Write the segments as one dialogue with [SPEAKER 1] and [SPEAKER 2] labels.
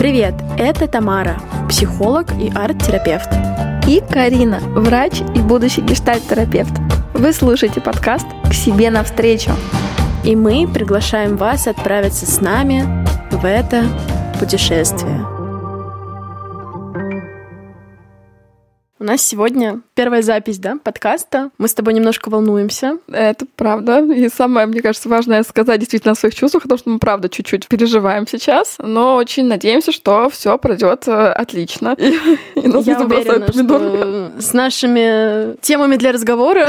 [SPEAKER 1] Привет, это Тамара, психолог и арт-терапевт.
[SPEAKER 2] И Карина, врач и будущий гештальт-терапевт. Вы слушаете подкаст «К себе навстречу».
[SPEAKER 1] И мы приглашаем вас отправиться с нами в это путешествие. У нас сегодня первая запись, подкаста. Мы с тобой немножко волнуемся.
[SPEAKER 2] Это правда. И самое, мне кажется, важное сказать действительно о своих чувствах, потому что мы, правда, чуть-чуть переживаем сейчас, но очень надеемся, что все пройдет отлично. И нас
[SPEAKER 1] Я уверена, что с нашими темами для разговора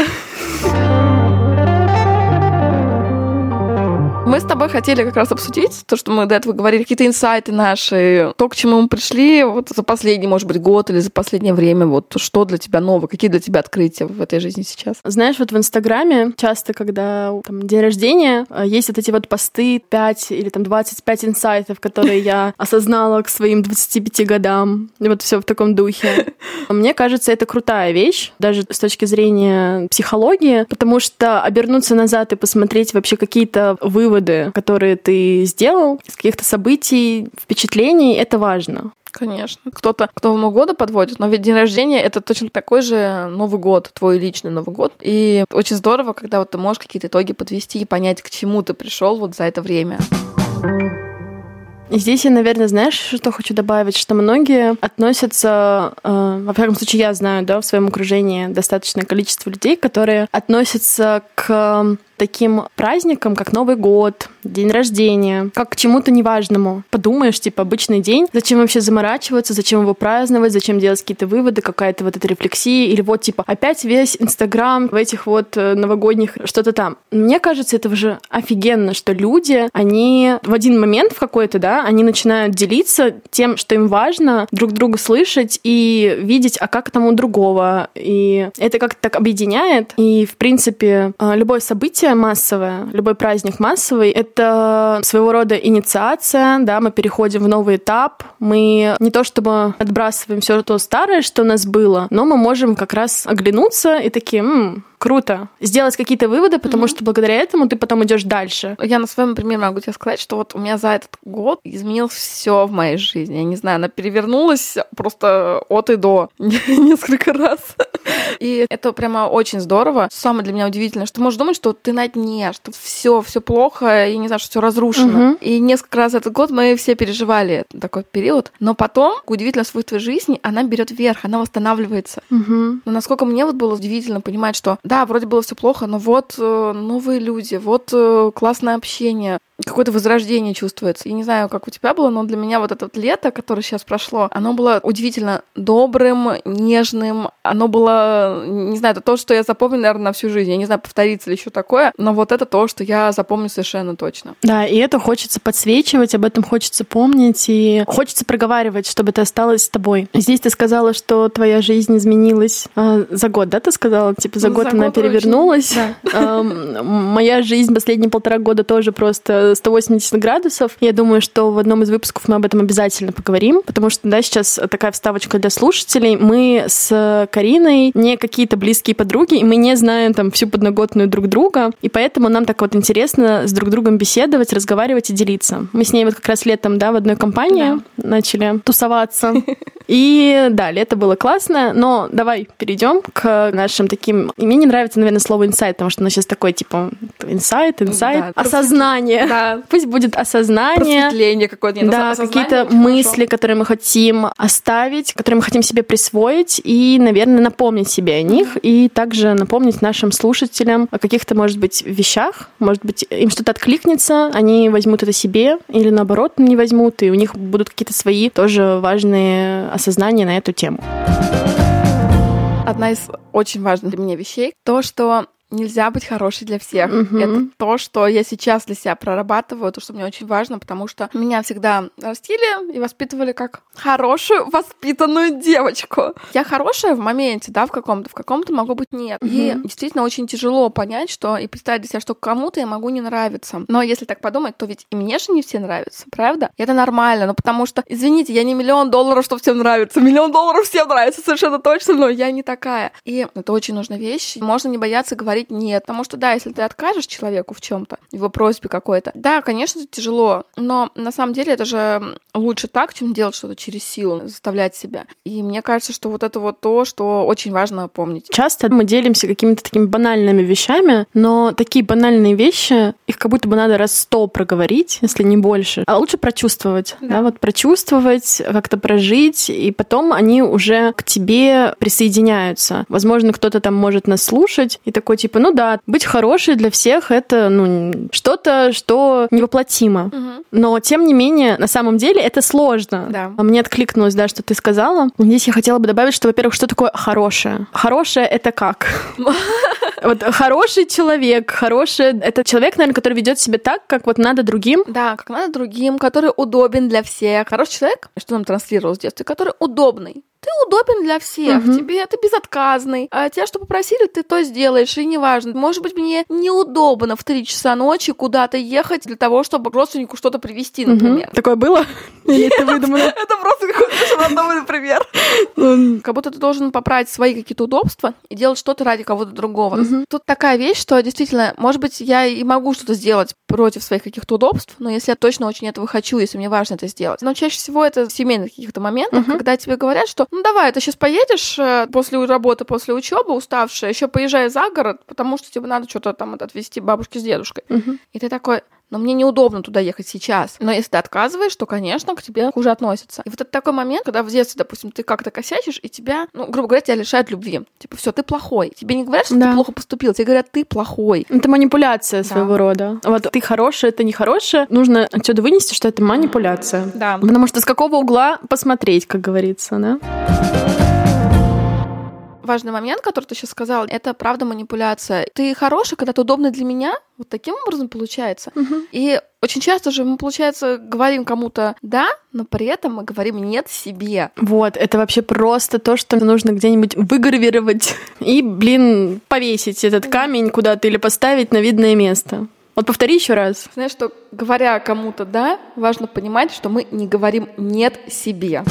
[SPEAKER 2] мы с тобой хотели как раз обсудить то, что мы до этого говорили, какие-то инсайты наши, то, к чему мы пришли вот за последний, может быть, год или за последнее время, вот что для тебя новое, какие для тебя открытия в этой жизни сейчас?
[SPEAKER 1] Знаешь, вот в Инстаграме часто, когда там день рождения, есть вот эти вот посты 5 или там 25 инсайтов, которые я осознала к своим 25 годам, и вот все в таком духе. Мне кажется, это крутая вещь, даже с точки зрения психологии, потому что обернуться назад и посмотреть вообще какие-то выводы, которые ты сделал, из каких-то событий, впечатлений, это важно.
[SPEAKER 2] Конечно. Кто-то к Новому году подводит, но ведь день рождения — это точно такой же Новый год, твой личный Новый год. И очень здорово, когда вот ты можешь какие-то итоги подвести и понять, к чему ты пришел вот за это время.
[SPEAKER 1] И здесь я, наверное, знаешь, что хочу добавить, что многие относятся, во всяком случае, я знаю, в своем окружении достаточное количество людей, которые относятся к таким праздникам, как Новый год, день рождения, как к чему-то неважному. Подумаешь, обычный день, зачем вообще заморачиваться, зачем его праздновать, зачем делать какие-то выводы, какая-то вот эта рефлексия, или вот опять весь Инстаграм в этих вот новогодних что-то там. Мне кажется, это уже офигенно, что люди, они в один момент в какой-то, они начинают делиться тем, что им важно, друг друга слышать и видеть, а как там у другого. И это как-то так объединяет. И, в принципе, любое событие массовое, любой праздник массовый — это своего рода инициация, мы переходим в новый этап, мы не то чтобы отбрасываем все то старое, что у нас было, но мы можем как раз оглянуться и такие, круто, сделать какие-то выводы, потому что благодаря этому ты потом идешь дальше.
[SPEAKER 2] Я на своем примере могу тебе сказать, что вот у меня за этот год изменилось все в моей жизни. Я не знаю, она перевернулась просто от и до несколько раз. И это прямо очень здорово. Самое для меня удивительное, что ты можешь думать, что ты на дне, что все плохо, и не знаю, что все разрушено. И несколько раз этот год мы все переживали такой период. Но потом, удивительное свойство жизни, она берет вверх, она восстанавливается. Но насколько мне вот было удивительно понимать, что да, вроде было все плохо, но вот новые люди, вот классное общение, какое-то возрождение чувствуется. Я не знаю, как у тебя было, но для меня вот это вот лето, которое сейчас прошло, оно было удивительно добрым, нежным. Оно было, не знаю, это то, что я запомню, наверное, на всю жизнь. Я не знаю, повторится ли еще такое, но вот это то, что я запомню совершенно точно.
[SPEAKER 1] Да, и это хочется подсвечивать, об этом хочется помнить, и хочется проговаривать, чтобы это осталось с тобой. Здесь ты сказала, что твоя жизнь изменилась за год, да, ты сказала? За год она перевернулась. Да. Моя жизнь последние 1,5 года тоже просто 180 градусов. Я думаю, что в одном из выпусков мы об этом обязательно поговорим, потому что, сейчас такая вставочка для слушателей. Мы с Кариной не какие-то близкие подруги, и мы не знаем всю подноготную друг друга, и поэтому нам так вот интересно с друг другом беседовать, разговаривать и делиться. Мы с ней вот как раз летом, в одной компании начали тусоваться. И да, лето было классно, но давай перейдем к нашим таким... И мне не нравится, наверное, слово инсайт, потому что оно сейчас такое, инсайт, осознание. Да. Пусть будет осознание.
[SPEAKER 2] Просветление какое-то.
[SPEAKER 1] Да, какие-то мысли, которые мы хотим оставить, которые мы хотим себе присвоить, и, наверное, напомнить себе о них, и также напомнить нашим слушателям о каких-то, может быть, вещах, может быть, им что-то откликнется, они возьмут это себе, или наоборот, не возьмут, и у них будут какие-то свои тоже важные осознания на эту тему.
[SPEAKER 2] Одна из очень важных для меня вещей — то, что нельзя быть хорошей для всех. Это то, что я сейчас для себя прорабатываю, то, что мне очень важно, потому что меня всегда растили и воспитывали как хорошую, воспитанную девочку. Я хорошая в моменте, в каком-то могу быть нет. И действительно очень тяжело понять, что и представить для себя, что кому-то я могу не нравиться. Но если так подумать, то ведь и мне же не все нравятся, правда? И это нормально, потому что, извините, я не $1 000 000, чтобы всем нравится. $1 000 000 всем нравится совершенно точно, но я не такая. И это очень нужная вещь. Можно не бояться говорить говорить нет. Потому что, да, если ты откажешь человеку в чем-то, его просьбе какой-то, да, конечно, это тяжело, но на самом деле это же лучше так, чем делать что-то через силу, заставлять себя. И мне кажется, что вот это вот то, что очень важно помнить.
[SPEAKER 1] Часто мы делимся какими-то такими банальными вещами, но такие банальные вещи, их как будто бы надо раз 100 проговорить, если не больше. А лучше прочувствовать. Да, вот прочувствовать, как-то прожить, и потом они уже к тебе присоединяются. Возможно, кто-то там может нас слушать и такой типа, ну да, быть хорошей для всех — это что-то, что невоплотимо. Но, тем не менее, на самом деле это сложно.
[SPEAKER 2] Да.
[SPEAKER 1] Мне откликнулось, да, что ты сказала. Здесь я хотела бы добавить, что, во-первых, что такое хорошее? Хорошее — это как? Вот хороший человек, это человек, наверное, который ведет себя так, как вот надо другим.
[SPEAKER 2] Да, как надо другим, который удобен для всех. Хороший человек, что нам транслировалось в детстве, который удобный. Ты удобен для всех, тебе ты безотказный. А тебя что попросили, ты то сделаешь, и неважно. Может быть, мне неудобно в 3 часа ночи куда-то ехать для того, чтобы родственнику что-то привезти, например.
[SPEAKER 1] Такое было? Или ты выдумала?
[SPEAKER 2] Это просто какой-то рандомный пример. Как будто ты должен поправить свои какие-то удобства и делать что-то ради кого-то другого. Тут такая вещь, что действительно, может быть, я и могу что-то сделать против своих каких-то удобств, но если я точно очень этого хочу, если мне важно это сделать. Но чаще всего это в семейных каких-то моментах, когда тебе говорят, что ну давай, ты сейчас поедешь после работы, после учебы, уставшая, еще поезжай за город, потому что тебе надо что-то там отвезти бабушке с дедушкой. И ты такой, но мне неудобно туда ехать сейчас. Но если ты отказываешь, то, конечно, к тебе хуже относятся. И вот это такой момент, когда в детстве, допустим, ты как-то косячишь, и тебя, грубо говоря, тебя лишают любви. Типа, все, ты плохой. Тебе не говорят, что ты плохо поступил, тебе говорят, ты плохой.
[SPEAKER 1] Это манипуляция своего рода. Вот ты хорошая, это нехорошее. Нужно отсюда вынести, что это манипуляция.
[SPEAKER 2] Да.
[SPEAKER 1] Потому что с какого угла посмотреть, как говорится, да?
[SPEAKER 2] Важный момент, который ты сейчас сказала, это правда манипуляция. Ты хороший, когда ты удобный для меня, вот таким образом получается. И очень часто же мы, получается, говорим кому-то «да», но при этом мы говорим «нет» себе.
[SPEAKER 1] Вот, это вообще просто то, что нужно где-нибудь выгравировать и, повесить этот камень куда-то или поставить на видное место. Вот повтори еще раз.
[SPEAKER 2] Знаешь, что говоря кому-то «да», важно понимать, что мы не говорим «нет» себе.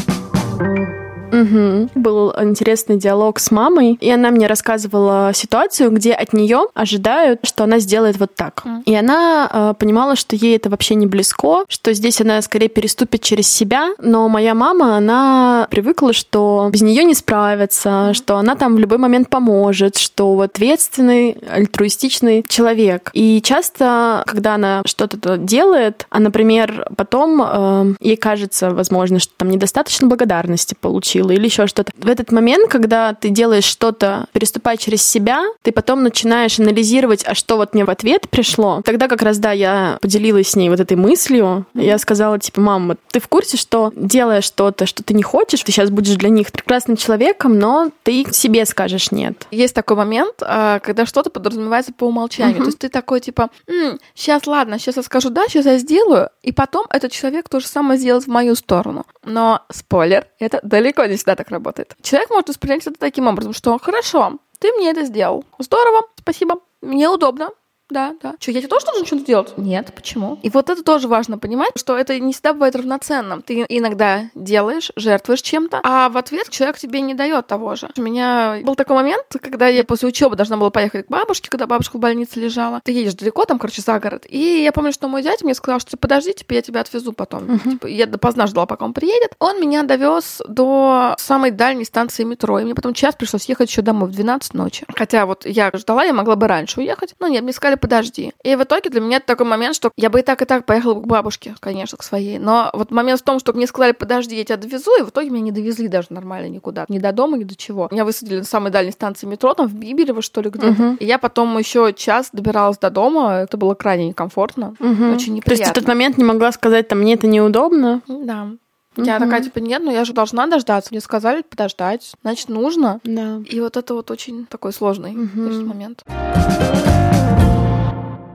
[SPEAKER 1] Был интересный диалог с мамой, и она мне рассказывала ситуацию, где от нее ожидают, что она сделает вот так. И она понимала, что ей это вообще не близко, что здесь она скорее переступит через себя, но моя мама, она привыкла, что без нее не справится, что она там в любой момент поможет, что ответственный, альтруистичный человек. И часто, когда она что-то делает, а, например, потом ей кажется, возможно, что там недостаточно благодарности получила, или еще что-то. В этот момент, когда ты делаешь что-то, переступая через себя, ты потом начинаешь анализировать, а что вот мне в ответ пришло. Тогда как раз, да, я поделилась с ней вот этой мыслью. Я сказала, типа, мам, ты в курсе, что делая что-то, что ты не хочешь, ты сейчас будешь для них прекрасным человеком, но ты себе скажешь нет.
[SPEAKER 2] Есть такой момент, когда что-то подразумевается по умолчанию. То есть ты такой, типа, сейчас, ладно, сейчас я скажу да, сейчас я сделаю, и потом этот человек то же самое сделает в мою сторону. Но, спойлер, это далеко не всегда так работает. Человек может воспринять это таким образом, что хорошо, ты мне это сделал. Здорово, спасибо, мне удобно. Да. Что, я тебе тоже должен что-то делать? Нет, почему? И вот это тоже важно понимать, что это не всегда бывает равноценно. Ты иногда делаешь, жертвуешь чем-то, а в ответ человек тебе не дает того же. У меня был такой момент, когда я после учебы должна была поехать к бабушке, когда бабушка в больнице лежала. Ты едешь далеко, там, за город. И я помню, что мой дядя мне сказал, что подожди, я тебя отвезу потом. Я допоздна ждала, пока он приедет. Он меня довез до самой дальней станции метро. И мне потом час пришлось ехать еще домой в 12 ночи. Хотя вот я ждала, я могла бы раньше уехать. Но нет, мне сказали, подожди. И в итоге для меня это такой момент, что я бы и так поехала к бабушке, конечно, к своей. Но вот момент в том, что мне сказали, подожди, я тебя довезу, и в итоге меня не довезли даже нормально никуда. Ни до дома, ни до чего. Меня высадили на самой дальней станции метро, там в Биберево, что ли, где-то. И я потом еще час добиралась до дома. Это было крайне некомфортно. Очень неприятно.
[SPEAKER 1] То есть в этот момент не могла сказать, там, мне это неудобно?
[SPEAKER 2] Да. Я такая, типа, нет, я же должна дождаться. Мне сказали подождать, значит, нужно.
[SPEAKER 1] Да.
[SPEAKER 2] И вот это вот очень такой сложный момент.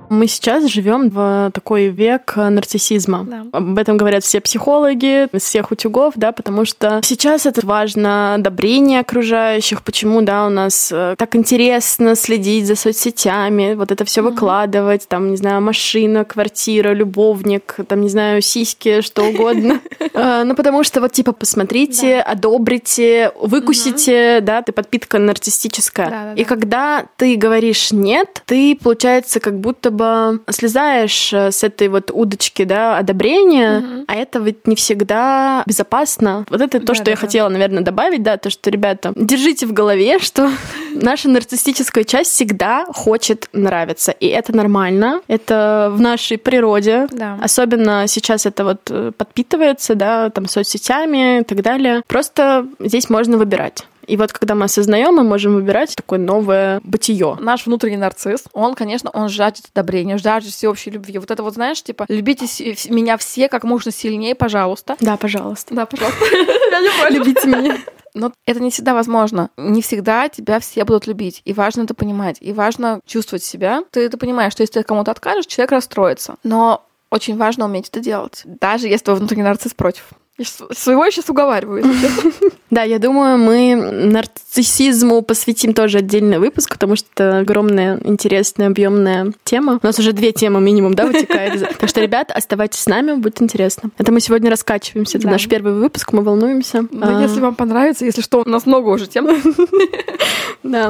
[SPEAKER 1] Мы сейчас живем в такой век нарциссизма.
[SPEAKER 2] Да.
[SPEAKER 1] Об этом говорят все психологи из всех утюгов, да, потому что сейчас это важно, одобрение окружающих, почему, да, у нас так интересно следить за соцсетями, вот это все выкладывать, там, не знаю, машина, квартира, любовник, там, не знаю, сиськи, что угодно. Ну, потому что вот, типа, посмотрите, одобрите, выкусите, да, ты подпитка нарциссическая. И когда ты говоришь «нет», ты, получается, как будто бы слезаешь с этой вот удочки, да, одобрения, а это ведь не всегда безопасно. Вот это то, что я хотела, наверное, добавить, да, то, что, ребята, держите в голове, что наша нарциссическая часть всегда хочет нравиться, и это нормально, это в нашей природе, особенно сейчас это вот подпитывается, да, там, соцсетями и так далее. Просто здесь можно выбирать. И вот когда мы осознаем, мы можем выбирать такое новое бытие.
[SPEAKER 2] Наш внутренний нарцисс, он, конечно, он жаждет одобрения, жаждет всеобщей любви. Вот это вот, знаешь, типа, любите меня все как можно сильнее, пожалуйста.
[SPEAKER 1] Да, пожалуйста.
[SPEAKER 2] Да, пожалуйста. Я не поняла.
[SPEAKER 1] Любите меня.
[SPEAKER 2] Но это не всегда возможно. Не всегда тебя все будут любить. И важно это понимать. И важно чувствовать себя. Ты понимаешь, что если ты кому-то откажешь, человек расстроится. Но очень важно уметь это делать. Даже если твой внутренний нарцисс против. Своего я сейчас уговариваю, если честно.
[SPEAKER 1] Да, я думаю, мы нарциссизму посвятим тоже отдельный выпуск, потому что это огромная, интересная, объемная тема. У нас уже 2 темы минимум, да, вытекает. Так что, ребят, оставайтесь с нами, будет интересно. Это мы сегодня раскачиваемся. Это наш первый выпуск, мы волнуемся.
[SPEAKER 2] Ну, если вам понравится, если что, у нас много уже тем.
[SPEAKER 1] Да.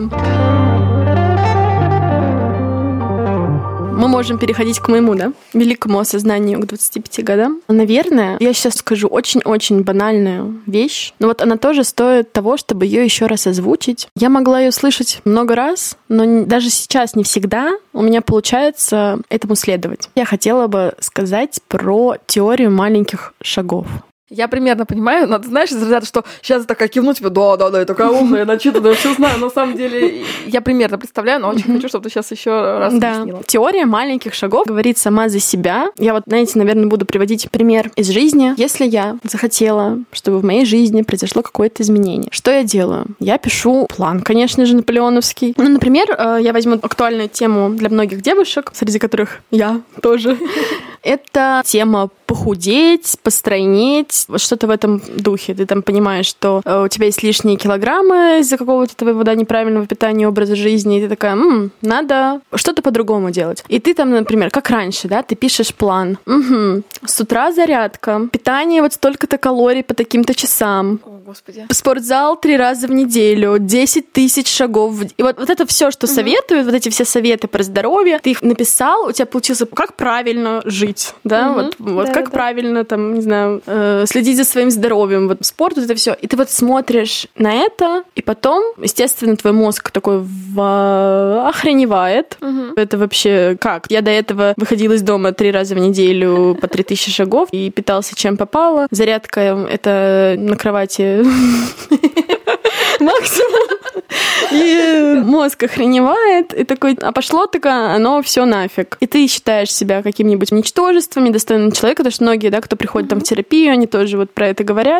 [SPEAKER 1] Мы можем переходить к моему, да, великому осознанию к 25 годам. Наверное, я сейчас скажу очень-очень банальную вещь, но вот она тоже стоит того, чтобы ее еще раз озвучить. Я могла ее слышать много раз, но даже сейчас не всегда у меня получается этому следовать. Я хотела бы сказать про теорию маленьких шагов.
[SPEAKER 2] Я примерно понимаю, надо, знаешь, из разряда, что сейчас я такая кивну, типа, да, я такая умная, начитанная, все знаю. На самом деле, я примерно представляю, но очень хочу, чтобы ты сейчас еще раз объяснила.
[SPEAKER 1] Теория маленьких шагов говорит сама за себя. Я вот, знаете, наверное, буду приводить пример из жизни. Если я захотела, чтобы в моей жизни произошло какое-то изменение, что я делаю? Я пишу план, конечно же, наполеоновский. Ну, например, я возьму актуальную тему для многих девушек, среди которых я тоже. Это тема похудеть, постройнеть, что-то в этом духе. Ты там понимаешь, что у тебя есть лишние килограммы из-за какого-то твоего, да, неправильного питания, образа жизни, и ты такая, надо что-то по-другому делать. И ты там, например, как раньше, да, ты пишешь план. С утра зарядка, питание вот столько-то калорий по таким-то часам.
[SPEAKER 2] О, Господи.
[SPEAKER 1] Спортзал 3 раза в неделю, 10 тысяч шагов. И вот это все, что советуют, вот эти все советы про здоровье, ты их написал, у тебя получился, как правильно жить, да, вот как правильно, там, не знаю, следить за своим здоровьем, вот спорт, вот это все. И ты вот смотришь на это, и потом, естественно, твой мозг такой охреневает. Это вообще как? Я до этого выходила из дома 3 раза в неделю по 3000 шагов и питался чем попало. Зарядка — это на кровати максимум. И мозг охреневает, и такой, а пошло-тако оно все нафиг. И ты считаешь себя каким-нибудь ничтожеством, недостойным человека, потому что многие, да, кто приходит там в терапию, они тоже вот про это говорят.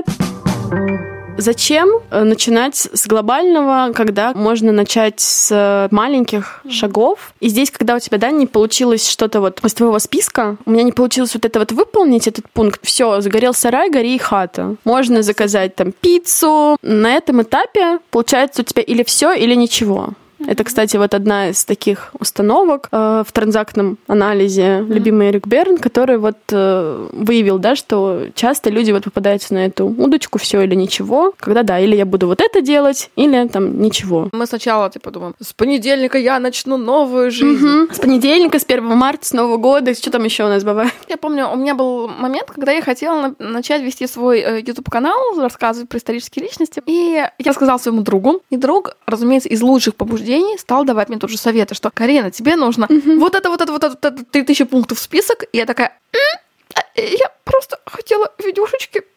[SPEAKER 1] Зачем начинать с глобального, когда можно начать с маленьких шагов? И здесь, когда у тебя, да, не получилось что-то вот из твоего списка, у меня не получилось вот это вот выполнить, этот пункт, все, сгорел сарай, гори и хата. Можно заказать там пиццу. На этом этапе получается у тебя или все, или ничего. Это, кстати, вот одна из таких установок в транзактном анализе любимый Эрик Берн, который вот выявил, да, что часто люди вот попадаются на эту удочку все или ничего, когда да, или я буду вот это делать, или там ничего.
[SPEAKER 2] Мы сначала типа думаем, с понедельника я начну новую жизнь.
[SPEAKER 1] С понедельника, с 1 марта, с Нового года, что там еще у нас бывает?
[SPEAKER 2] Я помню, у меня был момент, когда я хотела начать вести свой YouTube-канал, рассказывать про исторические личности, и я сказала своему другу, и друг, разумеется, из лучших побуждений стал давать мне тоже советы, что, Карина, тебе нужно вот это 3000 пунктов в список. И я такая, я просто хотела видюшечки без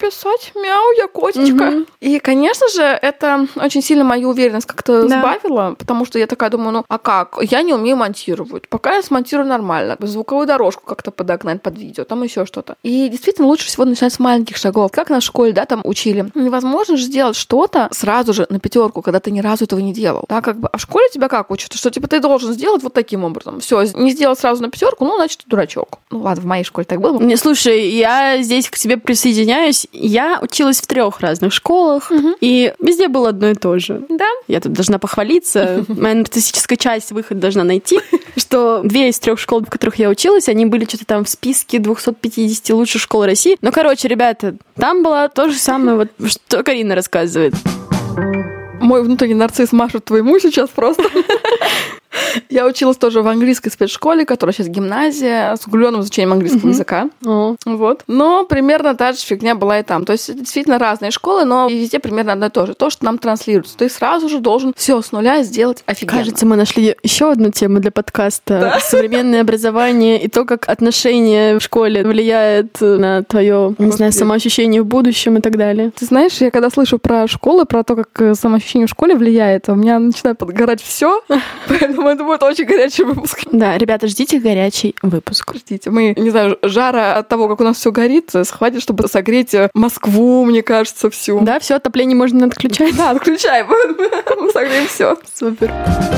[SPEAKER 2] писать, мяу, я котечка. И, конечно же, это очень сильно мою уверенность как-то сбавило, потому что я такая думаю, ну, а как? Я не умею монтировать. Пока я смонтирую нормально. Звуковую дорожку как-то подогнать под видео, там еще что-то. И действительно лучше всего начинать с маленьких шагов. Как нас в школе, да, там учили. Невозможно же сделать что-то сразу же на 5, когда ты ни разу этого не делал. Да, как бы. А в школе тебя как учат? Что, типа, ты должен сделать вот таким образом. Все, не сделал сразу на 5, ну, значит, ты дурачок. Ну, ладно, в моей школе так было.
[SPEAKER 1] Не, слушай, я здесь к тебе присоединяюсь. Я училась в 3 разных школах, и везде было одно и то же.
[SPEAKER 2] Да.
[SPEAKER 1] Я тут должна похвалиться. Моя нарциссическая часть выход должна найти, что 2 из 3 школ, в которых я училась, они были что-то там в списке 250 лучших школ России. Но, короче, ребята, там было то же самое, вот, что Карина рассказывает.
[SPEAKER 2] Мой внутренний нарцисс машет твоему сейчас просто. Я училась тоже в английской спецшколе, которая сейчас гимназия, с углубленным изучением английского языка. Вот. Но примерно та же фигня была и там. То есть это действительно разные школы, но везде примерно одно и то же. То, что нам транслируется. Ты сразу же должен все с нуля сделать офигенно.
[SPEAKER 1] Кажется, мы нашли еще одну тему для подкаста. Да? Современное образование и то, как отношение в школе влияет на твое, не знаю, самоощущение в будущем и так далее.
[SPEAKER 2] Ты знаешь, я когда слышу про школы, про то, как самоощущение в школе влияет, у меня начинает подгорать все. Поэтому это будет очень горячий выпуск.
[SPEAKER 1] Да, ребята, ждите горячий выпуск.
[SPEAKER 2] Ждите. Мы, не знаю, жара от того, как у нас все горит, схватит, чтобы согреть Москву, мне кажется, всю.
[SPEAKER 1] Да, все, отопление можно отключать.
[SPEAKER 2] Да, отключаем. Мы согреем все.
[SPEAKER 1] Супер.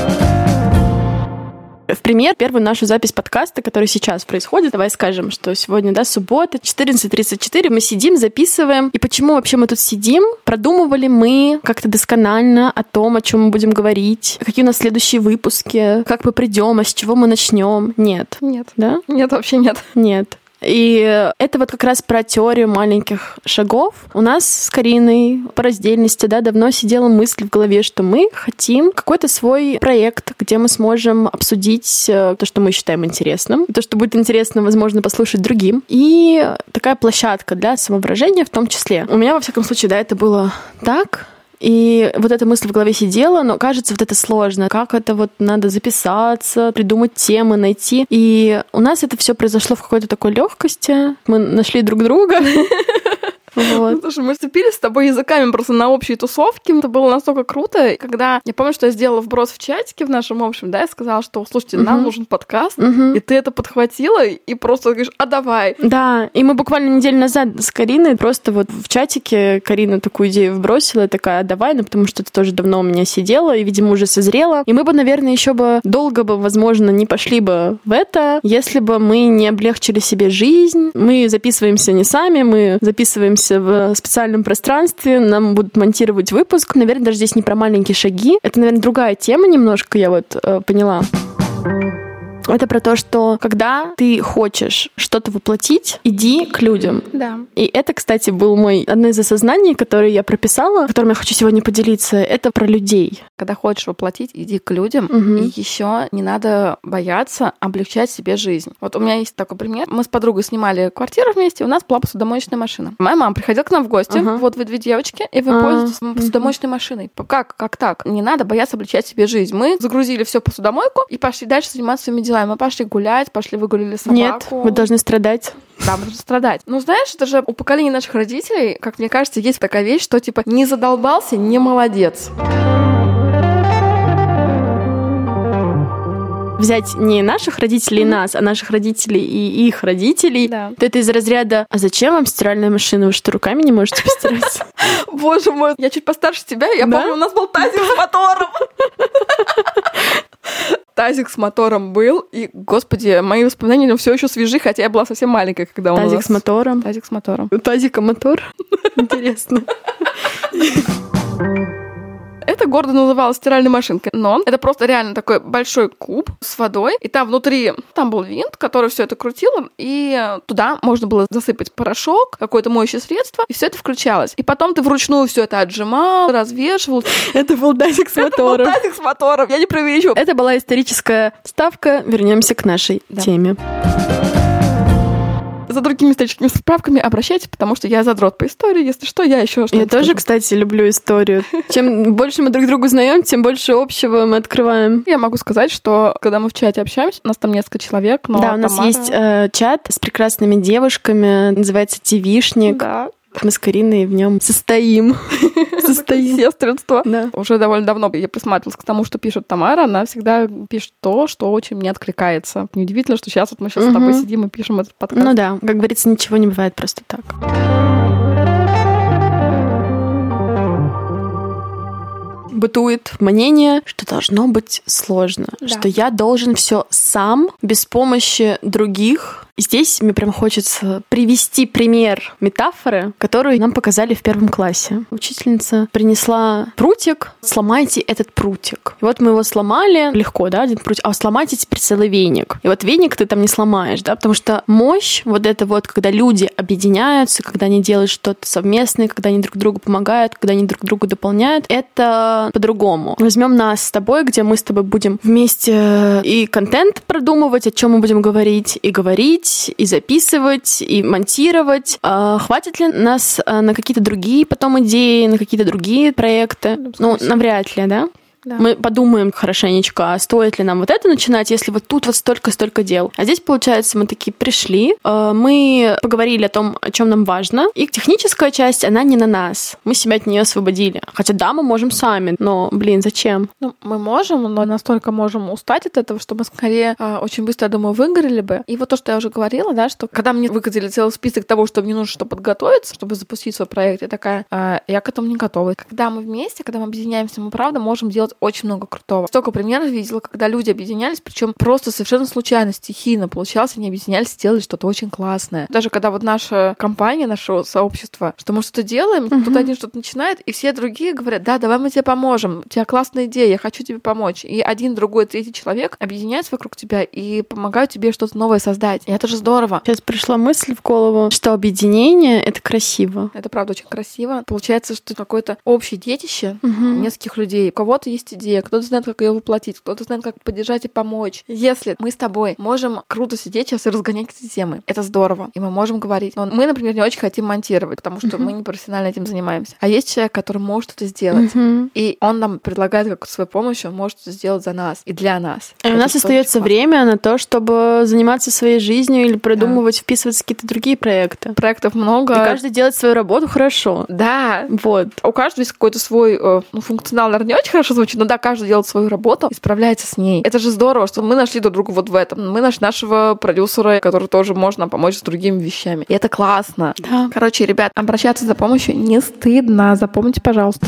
[SPEAKER 1] В пример, первую нашу запись подкаста, который сейчас происходит, давай скажем, что сегодня, да, суббота, 14:34, мы сидим, записываем. И почему вообще мы тут сидим? Продумывали мы как-то досконально о том, о чем мы будем говорить, какие у нас следующие выпуски, как мы придем, а с чего мы начнем? Нет.
[SPEAKER 2] Нет.
[SPEAKER 1] Да?
[SPEAKER 2] Нет, вообще нет.
[SPEAKER 1] Нет. И это вот как раз про теорию маленьких шагов. У нас с Кариной по раздельности, да, давно сидела мысль в голове, что мы хотим какой-то свой проект, где мы сможем обсудить то, что мы считаем интересным, то, что будет интересно, возможно, послушать другим. И такая площадка для самовыражения в том числе. У меня, во всяком случае, да, это было так. И вот эта мысль в голове сидела, но кажется, вот это сложно. Как это вот надо записаться, придумать темы, найти. И у нас это все произошло в какой-то такой легкости. Мы нашли друг друга. Вот.
[SPEAKER 2] Слушай, мы сцепились с тобой языками просто на общей тусовке. Это было настолько круто. И когда я помню, что я сделала вброс в чатике в нашем общем, да, я сказала, что, слушайте, нам нужен подкаст, и ты это подхватила и просто говоришь, а давай.
[SPEAKER 1] Да, и мы буквально неделю назад с Кариной просто вот в чатике Карина такую идею вбросила, такая, а давай, ну потому что это тоже давно у меня сидело и, видимо, уже созрело. И мы бы, наверное, еще бы долго бы, возможно, не пошли бы в это, если бы мы не облегчили себе жизнь. Мы записываемся не сами, мы записываемся в специальном пространстве, нам будут монтировать выпуск. Наверное, даже здесь не про маленькие шаги. Это, наверное, другая тема немножко, я вот поняла. Это про то, что когда ты хочешь что-то воплотить, иди к людям.
[SPEAKER 2] Да.
[SPEAKER 1] И это, кстати, был одно из осознаний, которые я прописала, которым я хочу сегодня поделиться. Это про людей.
[SPEAKER 2] Когда хочешь воплотить, иди к людям. И еще не надо бояться облегчать себе жизнь. Вот у меня есть такой пример. Мы с подругой снимали квартиру вместе, у нас была посудомоечная машина. Моя мама приходила к нам в гости. Вот вы 2 девочки, и вы пользуетесь посудомоечной машиной. Как так? Не надо бояться облегчать себе жизнь. Мы загрузили все в посудомойку и пошли дальше заниматься своими делами. Мы пошли гулять, выгуляли собаку.
[SPEAKER 1] Нет, вы должны страдать.
[SPEAKER 2] Да, мы должны страдать. Ну, знаешь, это же у поколения наших родителей, как мне кажется, есть такая вещь, что типа не задолбался, не молодец.
[SPEAKER 1] Взять не наших родителей и нас, а наших родителей и их родителей, то это из разряда «А зачем вам стиральная машина? Вы что, руками не можете постирать?»
[SPEAKER 2] Боже мой, я чуть постарше тебя, я помню, у нас был тазик с мотором. Тазик с мотором был, и, господи, мои воспоминания все еще свежи, хотя я была совсем маленькая, когда он у нас...
[SPEAKER 1] Тазик с мотором.
[SPEAKER 2] Тазик с мотором.
[SPEAKER 1] Тазика мотор. Интересно.
[SPEAKER 2] Это гордо называлось стиральной машинкой, но это просто реально такой большой куб с водой, и там внутри, там был винт, который все это крутил, и туда можно было засыпать порошок, какое-то моющее средство, и все это включалось. И потом ты вручную все это отжимал, развешивал.
[SPEAKER 1] Это был тазик с мотором.
[SPEAKER 2] Это был тазик с мотором, я не преувеличиваю.
[SPEAKER 1] Это была историческая вставка. Вернемся к нашей теме.
[SPEAKER 2] За другими историческими справками обращайтесь, потому что я задрот по истории. Если что, я еще что-то
[SPEAKER 1] Я тоже, кстати, люблю историю. Чем больше мы друг друга узнаем, тем больше общего мы открываем.
[SPEAKER 2] Я могу сказать, что когда мы в чате общаемся, у нас там несколько человек, но
[SPEAKER 1] да, у нас есть чат с прекрасными девушками, называется «Девишник».
[SPEAKER 2] Да.
[SPEAKER 1] Мы с Кариной в нем состоим.
[SPEAKER 2] Сестринство.
[SPEAKER 1] Да.
[SPEAKER 2] Уже довольно давно я присматривалась к тому, что пишет Тамара. Она всегда пишет то, что очень мне откликается. Неудивительно, что сейчас мы с тобой сидим и пишем этот подкаст.
[SPEAKER 1] Ну да, как говорится, ничего не бывает просто так. Бытует мнение, что должно быть сложно, что я должен все сам, без помощи других. И здесь мне прям хочется привести пример метафоры, которую нам показали в 1 классе. Учительница принесла прутик, сломайте этот прутик. И вот мы его сломали, легко, да, один прутик, а сломайте теперь целый веник. И вот веник ты там не сломаешь, да, потому что мощь, вот это вот, когда люди объединяются, когда они делают что-то совместное, когда они друг другу помогают, когда они друг друга дополняют, это по-другому. Возьмем нас с тобой, где мы с тобой будем вместе и контент продумывать, о чем мы будем говорить, и записывать, и монтировать. Хватит ли нас на какие-то другие потом идеи, на какие-то другие проекты? Ну, навряд ли, да? Да. Мы подумаем хорошенечко, а стоит ли нам вот это начинать, если вот тут вот столько дел. А здесь, получается, мы такие пришли, мы поговорили о том, о чем нам важно, и техническая часть, она не на нас. Мы себя от нее освободили. Хотя да, мы можем сами, но, зачем?
[SPEAKER 2] Ну, мы можем, но настолько можем устать от этого, что мы скорее очень быстро, я думаю, выгорели бы. И вот то, что я уже говорила, да, что когда мне выкатили целый список того, что мне нужно, чтобы подготовиться, чтобы запустить свой проект, я такая, я к этому не готова. Когда мы вместе, когда мы объединяемся, мы, правда, можем делать очень много крутого. Столько примеров видела, когда люди объединялись, причем просто совершенно случайно, стихийно получалось, они объединялись, сделали что-то очень классное. Даже когда вот наша компания, наше сообщество, что мы что-то делаем, кто-то один что-то начинает, и все другие говорят, да, давай мы тебе поможем, у тебя классная идея, я хочу тебе помочь. И один, другой, третий человек объединяются вокруг тебя и помогают тебе что-то новое создать. И это же здорово.
[SPEAKER 1] Сейчас пришла мысль в голову, что объединение — это красиво.
[SPEAKER 2] Это правда очень красиво. Получается, что какое-то общее детище нескольких людей. У кого-то есть идея, кто-то знает, как ее воплотить, кто-то знает, как поддержать и помочь. Если мы с тобой можем круто сидеть сейчас и разгонять эти темы, это здорово, и мы можем говорить. Но мы, например, не очень хотим монтировать, потому что мы не профессионально этим занимаемся. А есть человек, который может это сделать, и он нам предлагает какую-то свою помощь, он может это сделать за нас и для нас.
[SPEAKER 1] И у нас остается время на то, чтобы заниматься своей жизнью или продумывать, вписываться в какие-то другие проекты.
[SPEAKER 2] Проектов много.
[SPEAKER 1] И каждый делает свою работу хорошо.
[SPEAKER 2] Да.
[SPEAKER 1] Вот.
[SPEAKER 2] У каждого есть какой-то свой функционал, наверное, не очень хорошо звучит, но да, каждый делает свою работу и справляется с ней. Это же здорово, что мы нашли друг друга вот в этом. Мы нашли нашего продюсера, который тоже может нам помочь с другими вещами. И это классно.
[SPEAKER 1] Да.
[SPEAKER 2] Короче, ребят, обращаться за помощью не стыдно. Запомните, пожалуйста.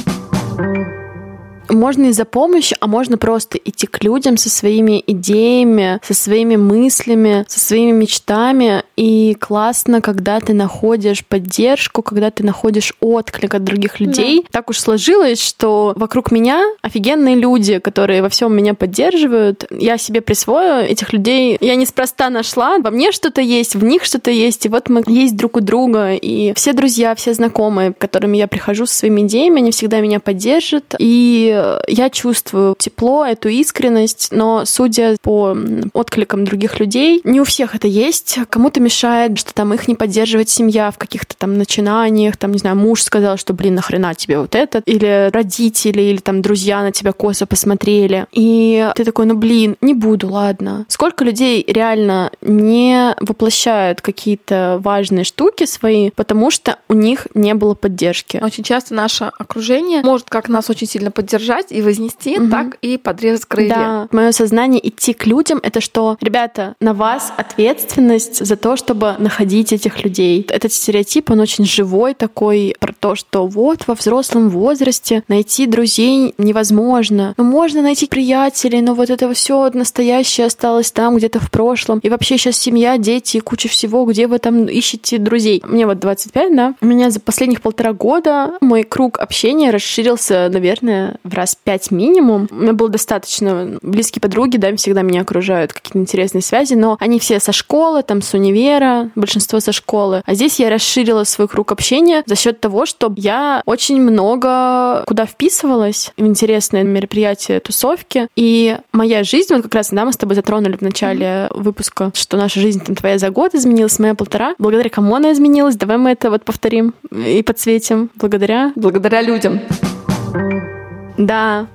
[SPEAKER 1] Можно и за помощью, а можно просто идти к людям со своими идеями, со своими мыслями, со своими мечтами. И классно, когда ты находишь поддержку, когда ты находишь отклик от других людей. Да. Так уж сложилось, что вокруг меня офигенные люди, которые во всем меня поддерживают. Я себе присвою этих людей. Я неспроста нашла. Во мне что-то есть, в них что-то есть. И вот мы есть друг у друга. И все друзья, все знакомые, к которым я прихожу со своими идеями, они всегда меня поддержат. И я чувствую тепло, эту искренность, но, судя по откликам других людей, не у всех это есть. Кому-то мешает, что там их не поддерживает семья в каких-то там начинаниях, там, не знаю, муж сказал, что, нахрена тебе вот это, или родители, или там друзья на тебя косо посмотрели. И ты такой, не буду, ладно. Сколько людей реально не воплощают какие-то важные штуки свои, потому что у них не было поддержки.
[SPEAKER 2] Очень часто наше окружение может как нас очень сильно поддержать и вознести, так и подрезать крылья.
[SPEAKER 1] Да. Мое сознание идти к людям — это что, ребята, на вас ответственность за то, чтобы находить этих людей. Этот стереотип, он очень живой такой, про то, что вот во взрослом возрасте найти друзей невозможно. Можно найти приятелей, но вот это все настоящее осталось там, где-то в прошлом. И вообще сейчас семья, дети и куча всего, где вы там ищете друзей. Мне 25, да? У меня за последних 1,5 года мой круг общения расширился, наверное, в раз 5 минимум. У меня было достаточно близкие подруги, да, всегда меня окружают какие-то интересные связи, но они все со школы, там, с универа, большинство со школы. А здесь я расширила свой круг общения за счет того, что я очень много куда вписывалась в интересные мероприятия, тусовки. И моя жизнь, вот как раз, да, мы с тобой затронули в начале выпуска, что наша жизнь там твоя за год изменилась, моя 1,5. Благодаря кому она изменилась? Давай мы это вот повторим и подсветим. Благодаря
[SPEAKER 2] людям.
[SPEAKER 1] Да,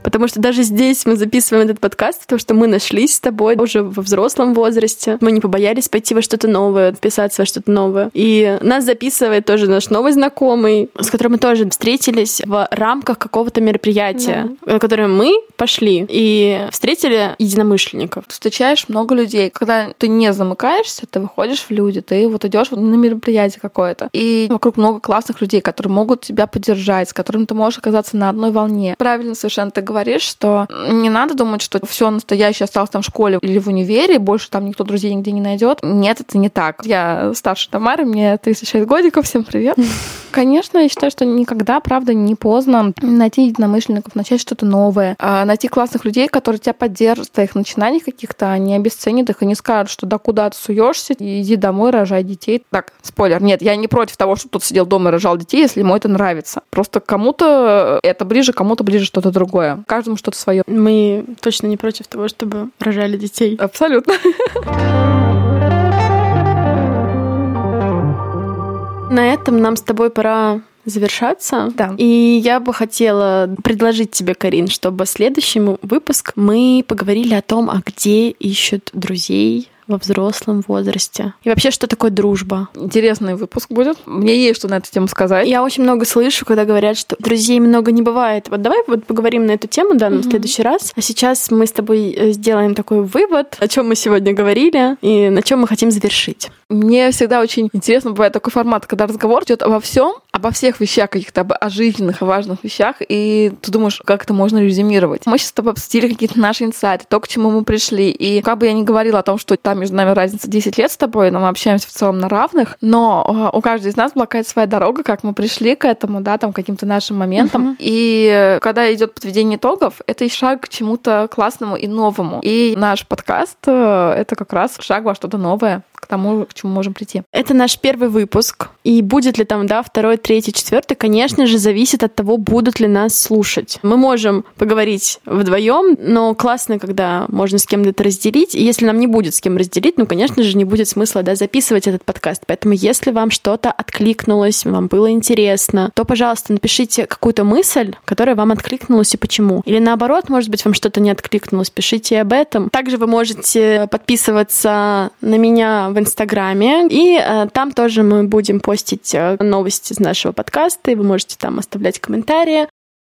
[SPEAKER 1] потому что даже здесь мы записываем этот подкаст, потому что мы нашлись с тобой уже во взрослом возрасте. Мы не побоялись пойти во что-то новое, вписаться во что-то новое. И нас записывает тоже наш новый знакомый, с которым мы тоже встретились в рамках какого-то мероприятия, на которое мы пошли и встретили единомышленников.
[SPEAKER 2] Ты встречаешь много людей. Когда ты не замыкаешься, ты выходишь в люди, ты вот идешь на мероприятие какое-то. И вокруг много классных людей, которые могут тебя поддержать, с которыми ты можешь оказаться на одной волне. Правильно совершенно ты говоришь, что не надо думать, что все настоящее осталось там в школе или в универе, больше там никто друзей нигде не найдет. Нет, это не так. Я старше Тамары, мне 36 годиков, всем привет. Конечно, я считаю, что никогда, правда, не поздно найти единомышленников, начать что-то новое, найти классных людей, которые тебя поддержат в твоих начинаниях каких-то, они обесценят их и не скажут, что да куда ты суешься, иди домой, рожай детей. Так, спойлер, нет, я не против того, чтобы кто-то сидел дома и рожал детей, если ему это нравится. Просто кому-то это ближе, кому-то ближе что-то другое. Каждому что-то свое.
[SPEAKER 1] Мы точно не против того, чтобы рожали детей.
[SPEAKER 2] Абсолютно.
[SPEAKER 1] На этом нам с тобой пора завершаться.
[SPEAKER 2] Да.
[SPEAKER 1] И я бы хотела предложить тебе, Карин, чтобы в следующем выпуск мы поговорили о том, а где ищут друзей во взрослом возрасте. И вообще, что такое дружба?
[SPEAKER 2] Интересный выпуск будет. Мне есть что на эту тему сказать.
[SPEAKER 1] Я очень много слышу, когда говорят, что друзей много не бывает. Вот давай вот поговорим на эту тему, да, в следующий раз. А сейчас мы с тобой сделаем такой вывод, о чем мы сегодня говорили и на чем мы хотим завершить.
[SPEAKER 2] Мне всегда очень интересно бывает такой формат, когда разговор идет обо всем, обо всех вещах каких-то, о жизненных, о важных вещах, и ты думаешь, как это можно резюмировать. Мы сейчас с тобой обсудили какие-то наши инсайты, то, к чему мы пришли. И как бы я ни говорила о том, что там между нами разница 10 лет с тобой, но мы общаемся в целом на равных, но у каждой из нас была какая-то своя дорога, как мы пришли к этому, да, там, к каким-то нашим моментам. И когда идет подведение итогов, это и шаг к чему-то классному и новому. И наш подкаст — это как раз шаг во что-то новое, к тому, к чему можем прийти.
[SPEAKER 1] Это наш первый выпуск. И будет ли там, да, второй, третий, четвертый, конечно же, зависит от того, будут ли нас слушать. Мы можем поговорить вдвоем, но классно, когда можно с кем-то это разделить. И если нам не будет с кем разделить, ну, конечно же, не будет смысла, да, записывать этот подкаст. Поэтому, если вам что-то откликнулось, вам было интересно, то, пожалуйста, напишите какую-то мысль, которая вам откликнулась и почему. Или наоборот, может быть, вам что-то не откликнулось, пишите об этом. Также вы можете подписываться на меня в Инстаграме, и там тоже мы будем постить новости из нашего подкаста, и вы можете там оставлять комментарии.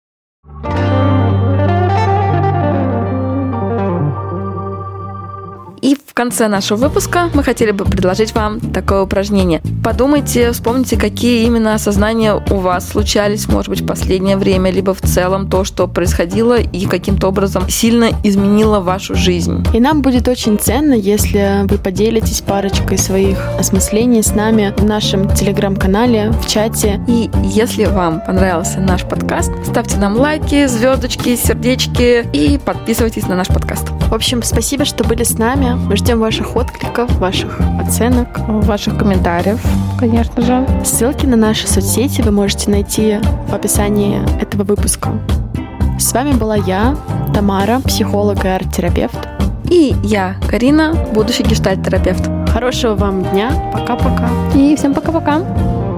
[SPEAKER 2] И в конце нашего выпуска мы хотели бы предложить вам такое упражнение. Подумайте, вспомните, какие именно осознания у вас случались, может быть, в последнее время, либо в целом то, что происходило и каким-то образом сильно изменило вашу жизнь.
[SPEAKER 1] И нам будет очень ценно, если вы поделитесь парочкой своих осмыслений с нами в нашем телеграм-канале, в чате.
[SPEAKER 2] И если вам понравился наш подкаст, ставьте нам лайки, звездочки, сердечки и подписывайтесь на наш подкаст.
[SPEAKER 1] В общем, спасибо, что были с нами. Мы ждем ваших откликов, ваших оценок,
[SPEAKER 2] ваших комментариев, конечно же.
[SPEAKER 1] Ссылки на наши соцсети вы можете найти в описании этого выпуска. С вами была я, Тамара, психолог и арт-терапевт.
[SPEAKER 2] И я, Карина, будущий гештальт-терапевт.
[SPEAKER 1] Хорошего вам дня. Пока-пока.
[SPEAKER 2] И всем пока-пока.